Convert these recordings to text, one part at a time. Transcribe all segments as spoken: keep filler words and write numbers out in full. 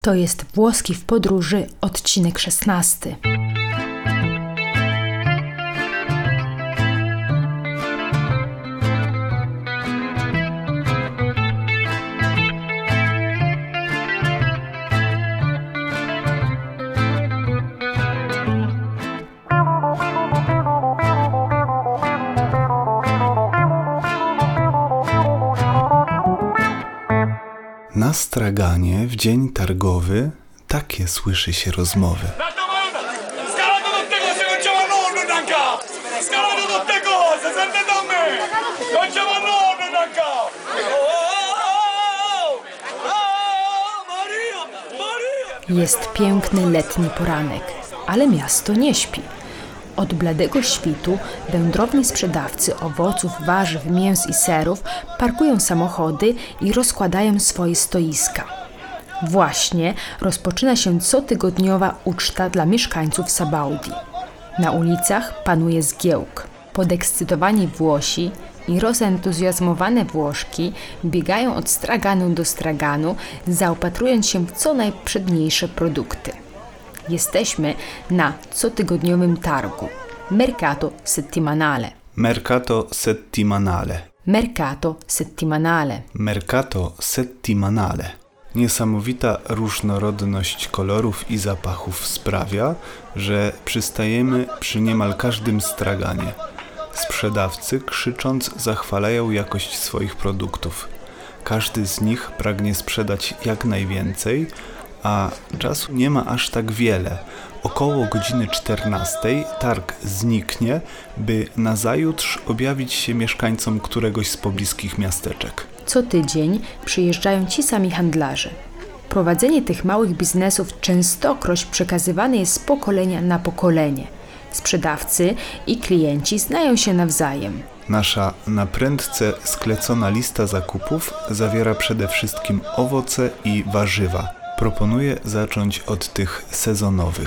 To jest Włoski w podróży, odcinek szesnasty. Na straganie w dzień targowy takie słyszy się rozmowy. Jest piękny letni poranek, ale miasto nie śpi. Od bladego świtu wędrowni sprzedawcy owoców, warzyw, mięs i serów parkują samochody i rozkładają swoje stoiska. Właśnie rozpoczyna się cotygodniowa uczta dla mieszkańców Sabaudi. Na ulicach panuje zgiełk. Podekscytowani Włosi i rozentuzjazmowane Włoszki biegają od straganu do straganu, zaopatrując się w co najprzedniejsze produkty. Jesteśmy na cotygodniowym targu. Mercato settimanale. Mercato settimanale. Mercato settimanale. Mercato settimanale. Niesamowita różnorodność kolorów i zapachów sprawia, że przystajemy przy niemal każdym straganie. Sprzedawcy krzycząc zachwalają jakość swoich produktów. Każdy z nich pragnie sprzedać jak najwięcej, a czasu nie ma aż tak wiele. Około godziny czternastej targ zniknie, by nazajutrz objawić się mieszkańcom któregoś z pobliskich miasteczek. Co tydzień przyjeżdżają ci sami handlarze. Prowadzenie tych małych biznesów częstokroć przekazywane jest z pokolenia na pokolenie. Sprzedawcy i klienci znają się nawzajem. Nasza na prędce sklecona lista zakupów zawiera przede wszystkim owoce i warzywa. Proponuję zacząć od tych sezonowych.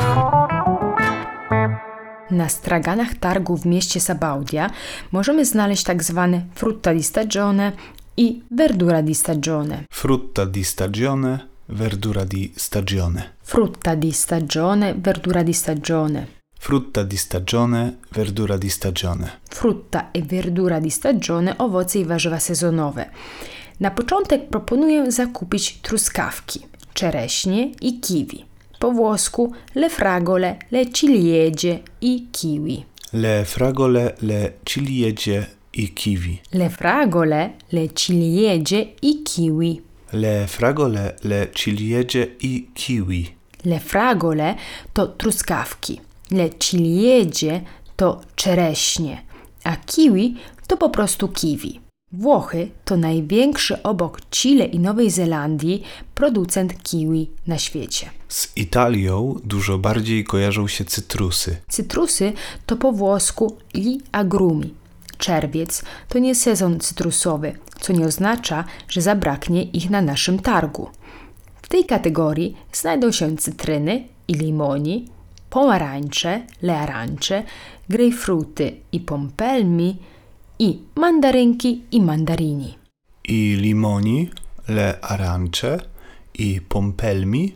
Na straganach targu w mieście Sabaudia możemy znaleźć tak zwane frutta di stagione i verdura di stagione. Frutta di stagione, verdura di stagione. Frutta di stagione, verdura di stagione. Frutta di stagione, verdura di stagione. Frutta e verdura di stagione, owoce i warzywa sezonowe. Na początek proponuję zakupić truskawki, czereśnie i kiwi. Po włosku le fragole, le ciliegie i kiwi. Le fragole, le ciliegie i kiwi. Le fragole, le ciliegie i kiwi. Le fragole, le ciliegie i kiwi. Le fragole to truskawki, le ciliegie to czereśnie, a kiwi to po prostu kiwi. Włochy to największy obok Chile i Nowej Zelandii producent kiwi na świecie. Z Italią dużo bardziej kojarzą się cytrusy. Cytrusy to po włosku li agrumi. Czerwiec to nie sezon cytrusowy, co nie oznacza, że zabraknie ich na naszym targu. W tej kategorii znajdą się cytryny i limoni, pomarańcze, le arance, grejpfruty i pompelmi, i mandarynki i mandarini. I limoni, le arance, i pompelmi,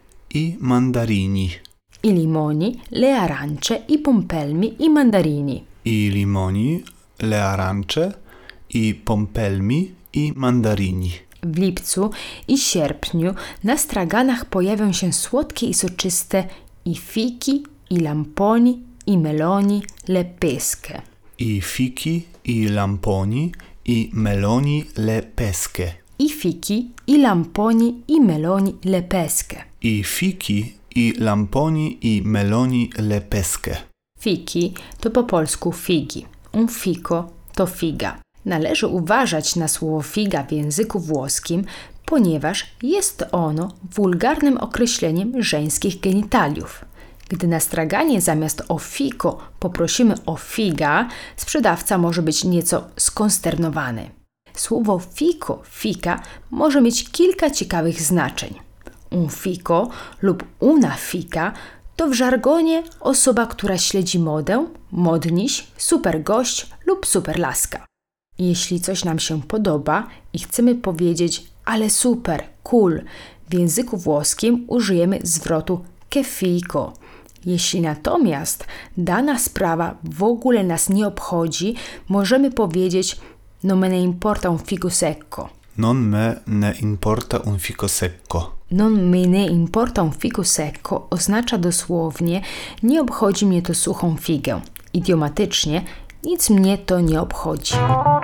i mandarini. I limoni, le arance, i pompelmi, i mandarini. I limoni, le arance, i pompelmi, i mandarini. W lipcu i sierpniu na straganach pojawią się słodkie i soczyste i fiki, i lamponi, i meloni, le pesche. I fiki, i lamponi, i meloni, le pesche. I fiki, i lamponi, i meloni, le pesche. I fiki, i lamponi, i meloni, le pesche. Fiki to po polsku figi. Un fico to figa. Należy uważać na słowo figa w języku włoskim, ponieważ jest ono wulgarnym określeniem żeńskich genitaliów. Gdy na straganie zamiast o fico poprosimy o figa, sprzedawca może być nieco skonsternowany. Słowo fico, fika może mieć kilka ciekawych znaczeń. Un fico lub una fica to w żargonie osoba, która śledzi modę, modniś, supergość lub superlaska. Jeśli coś nam się podoba i chcemy powiedzieć ale super, cool, W języku włoskim użyjemy zwrotu che figo. Jeśli natomiast dana sprawa w ogóle nas nie obchodzi, możemy powiedzieć non me ne importa un figo secco. Non me ne importa un fico secco. Non me ne importa un figo secco oznacza dosłownie nie obchodzi mnie to suchą figę. Idiomatycznie nic mnie to nie obchodzi.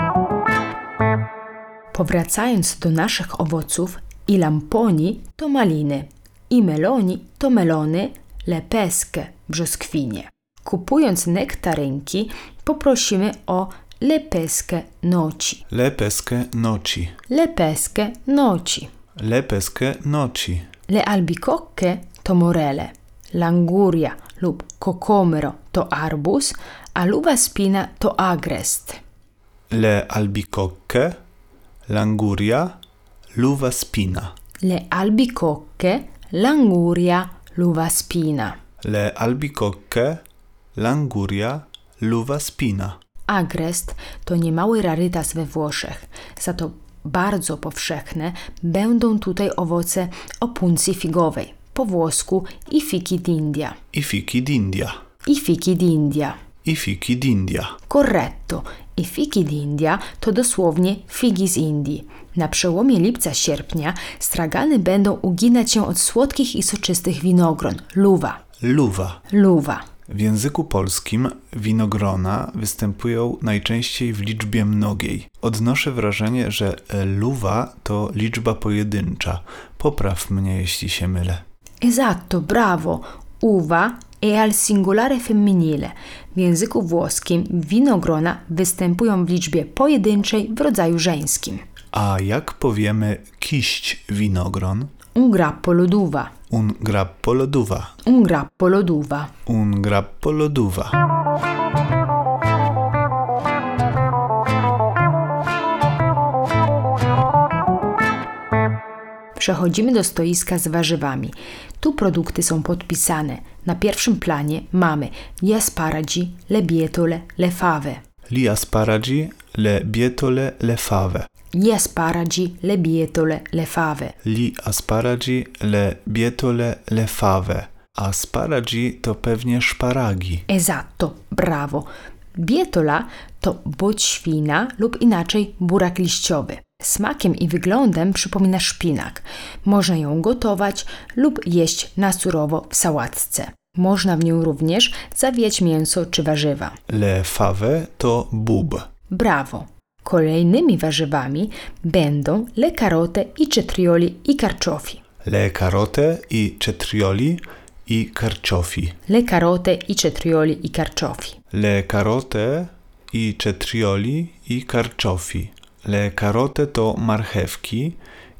Powracając do naszych owoców, i lamponi to maliny, i meloni to melony, le pesche brzoskwinie. Kupując nektarynki, poprosimy o le pesche noci. Le pesche noci. Le pesche noci. Le pesche noci. Le albicocche to morele, languria lub kokomero to arbuz, a l'uva spina to agrest. Le albicocche, languria, l'uva spina. Le albicocche, languria, l'uva spina. Le albicocche, languria, l'uva spina. Agrest to niemały rarytas we Włoszech, za to bardzo powszechne będą tutaj owoce o puncji figowej, po włosku i fiki d'India. I fichi d'India. I fiki d'India. I fichi d'India. Corretto. I fiki d'India to dosłownie figi z Indii. Na przełomie lipca-sierpnia stragany będą uginać się od słodkich i soczystych winogron. Luwa. Luwa. Luwa. W języku polskim winogrona występują najczęściej w liczbie mnogiej. Odnoszę wrażenie, że luwa to liczba pojedyncza. Popraw mnie, jeśli się mylę. Esatto, bravo. Uva è al singolare femminile. W języku włoskim winogrona występują w liczbie pojedynczej w rodzaju żeńskim. A jak powiemy kiść winogron? Un grappolo d'uva. Un grappolo d'uva. Un grappolo d'uva. Un grappolo d'uva. Przechodzimy do stoiska z warzywami. Tu produkty są podpisane. Na pierwszym planie mamy gli asparagi, le bietole, le fave. Gli asparagi, le bietole, le fave. Gli asparagi, le bietole, le fave. Gli asparagi, le bietole, le fave. Asparagi to pewnie szparagi. Esatto, bravo. Bietola to boćwina lub inaczej burak liściowy. Smakiem i wyglądem przypomina szpinak. Można ją gotować lub jeść na surowo w sałatce. Można w nią również zawijać mięso czy warzywa. Le fave to bób. Brawo! Kolejnymi warzywami będą le carote i cetrioli i carciofi. Le carote i cetrioli i carciofi. Le carote i cetrioli i carciofi. Le carote i cetrioli i carciofi. Le carote to marchewki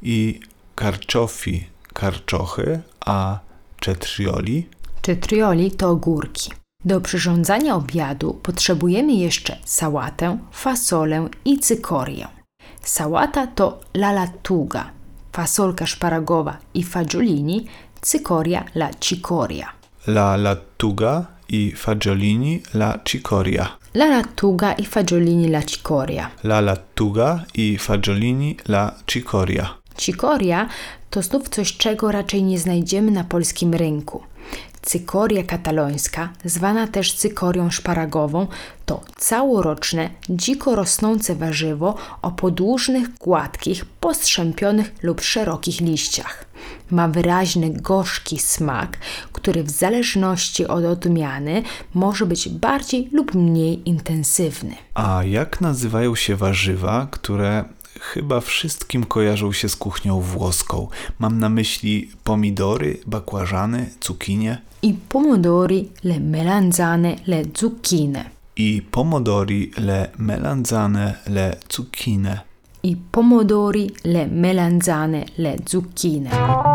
i carciofi karczochy, a cetrioli? Cetrioli to ogórki. Do przyrządzania obiadu potrzebujemy jeszcze sałatę, fasolę i cykorię. Sałata to la lattuga, fasolka szparagowa i fagiolini, cykoria la cicoria. La lattuga i fagiolini la cicoria. La lattuga i fagiolini la cicoria. La lattuga i fagiolini la cicoria. Cicoria to znów coś, czego raczej nie znajdziemy na polskim rynku. Cykoria katalońska, zwana też cykorią szparagową, to całoroczne, dziko rosnące warzywo o podłużnych, gładkich, postrzępionych lub szerokich liściach. Ma wyraźny, gorzki smak, który w zależności od odmiany może być bardziej lub mniej intensywny. A jak nazywają się warzywa, które chyba wszystkim kojarzą się z kuchnią włoską? Mam na myśli pomidory, bakłażany, cukinie. I pomodori, le melanzane, le zucchine. I pomodori, le melanzane, le zucchine. I pomodori, le melanzane, le zucchine.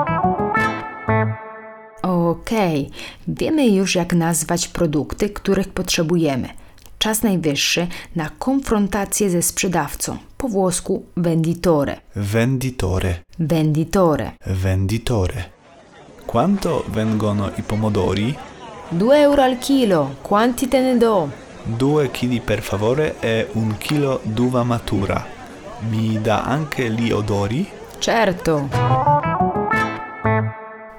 Okej, wiemy już, jak nazwać produkty, których potrzebujemy. Czas najwyższy na konfrontację ze sprzedawcą. Po włosku venditore. Venditore. Venditore. Venditore. Quanto vengono i pomodori? Due euro al chilo. Quanti te ne do? Due chili per favore e un chilo d'uva matura. Mi dà anche gli odori? Certo.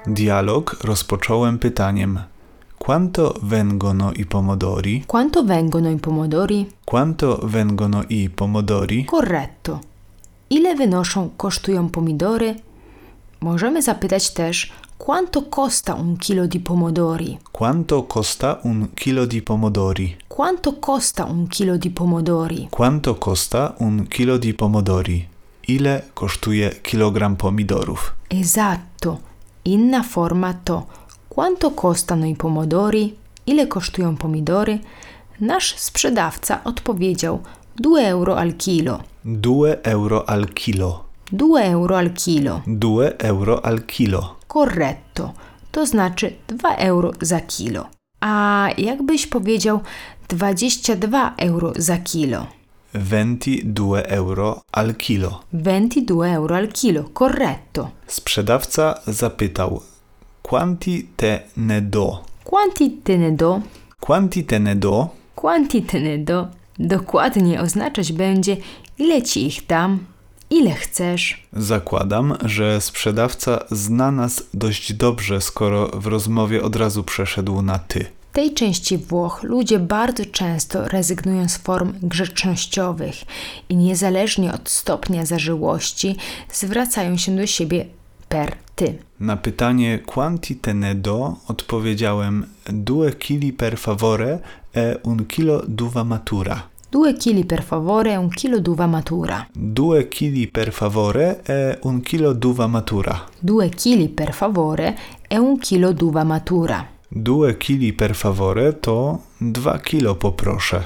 Dialog rozpocząłem pytaniem: Quanto vengono i pomodori? Quanto vengono i pomodori? Quanto vengono i pomodori? Corretto. Ile wynoszą, kosztują pomidory? Możemy zapytać też, quanto costa un chilo di pomodori? Quanto costa un chilo di pomodori? Quanto costa un chilo di pomodori? Quanto costa un chilo di pomodori? Ile kosztuje kilogram pomidorów? Esatto. Inna forma to quanto costano i pomodori? Ile kosztują pomidory? Nasz sprzedawca odpowiedział due euro al chilo. Due euro al chilo. Due euro al chilo. Due euro al chilo. Corretto. To znaczy dwa euro za kilo. A jakbyś powiedział dwadzieścia dwa euro za kilo? ventidue euro al chilo. ventidue euro al chilo. Corretto. Sprzedawca zapytał: Quanti te ne do? Quanti te ne do? Quanti te ne do? Quanti te ne do? Dokładnie oznaczać będzie, ile ci ich dam, ile chcesz. Zakładam, że sprzedawca zna nas dość dobrze, skoro w rozmowie od razu przeszedł na ty. W tej części Włoch ludzie bardzo często rezygnują z form grzecznościowych i niezależnie od stopnia zażyłości zwracają się do siebie per ty. Na pytanie quanti te ne do odpowiedziałem due chili per favore e un chilo d'uva matura. Due chili per favore, un chilo d'uva matura. Due chili per favore e un chilo d'uva matura. Due chili per favore e un chilo d'uva matura. Due chili per favore to dwa kilo poproszę.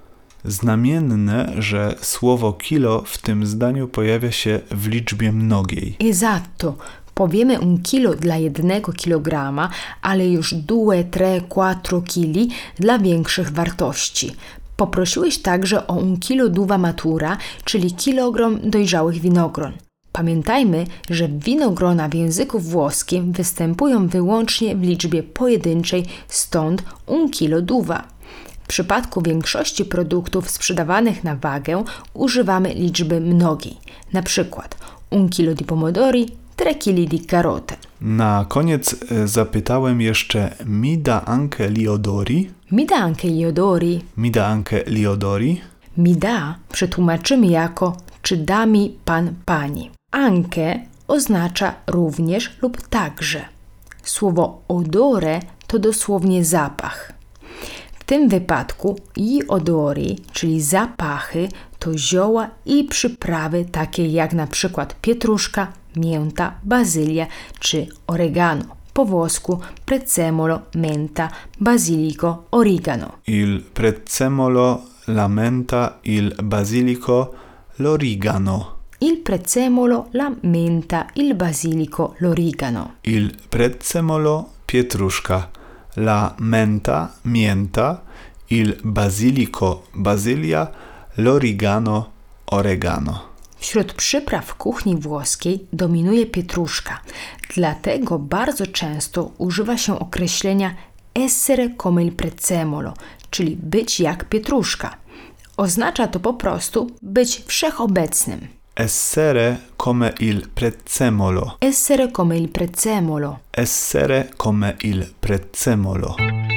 Znamienne, że słowo kilo w tym zdaniu pojawia się w liczbie mnogiej. Esatto. Powiemy un chilo dla jednego kilograma, ale już due, tre, quattro kili dla większych wartości. Poprosiłeś także o un chilo d'uva matura, czyli kilogram dojrzałych winogron. Pamiętajmy, że winogrona w języku włoskim występują wyłącznie w liczbie pojedynczej, stąd un chilo d'uva. W przypadku większości produktów sprzedawanych na wagę używamy liczby mnogiej. Na przykład un chilo di pomodori, tre chili di carote. Na koniec zapytałem jeszcze mi da anche gli odori? Mi da anche gli odori? Mi da anche gli odori? Mi da przetłumaczymy jako czy da mi pan pani. Anche oznacza również lub także. Słowo odore to dosłownie zapach. W tym wypadku i odori, czyli zapachy, to zioła i przyprawy takie jak na przykład pietruszka, mięta, bazylia czy oregano. Po włosku prezzemolo, menta, basilico, origano. Il prezzemolo, la menta, il basilico, l'origano. Il prezzemolo, la menta, il basilico, l'origano. Il prezzemolo, pietruszka, la menta, mięta, il basilico, bazylia, l'origano, oregano. Wśród przypraw kuchni włoskiej dominuje pietruszka, dlatego bardzo często używa się określenia essere come il prezzemolo, czyli być jak pietruszka. Oznacza to po prostu być wszechobecnym. Essere come il prezzemolo. Essere come il prezzemolo. Essere come il prezzemolo.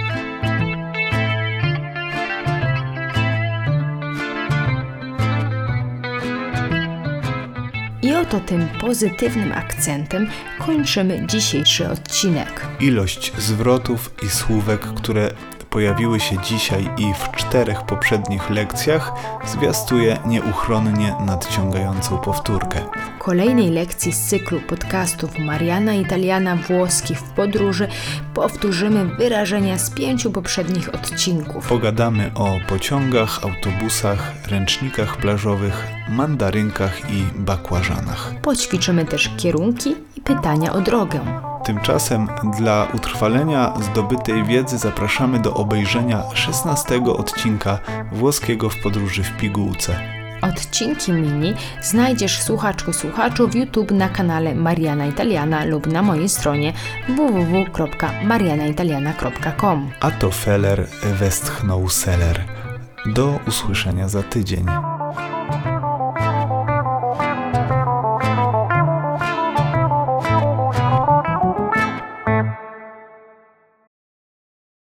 I oto tym pozytywnym akcentem kończymy dzisiejszy odcinek. Ilość zwrotów i słówek, które pojawiły się dzisiaj i w czterech poprzednich lekcjach, zwiastuje nieuchronnie nadciągającą powtórkę. W kolejnej lekcji z cyklu podcastów Mariana Italiana Włoski w podróży powtórzymy wyrażenia z pięciu poprzednich odcinków. Pogadamy o pociągach, autobusach, ręcznikach plażowych, mandarynkach i bakłażanach. Poćwiczymy też kierunki i pytania o drogę. Tymczasem dla utrwalenia zdobytej wiedzy zapraszamy do obejrzenia szesnastego odcinka Włoskiego w podróży w pigułce. Odcinki mini znajdziesz, słuchaczko, słuchaczu, w YouTube na kanale Mariana Italiana lub na mojej stronie w w w kropka mariana italiana kropka com. A to Feller westchnął Seller. Do usłyszenia za tydzień.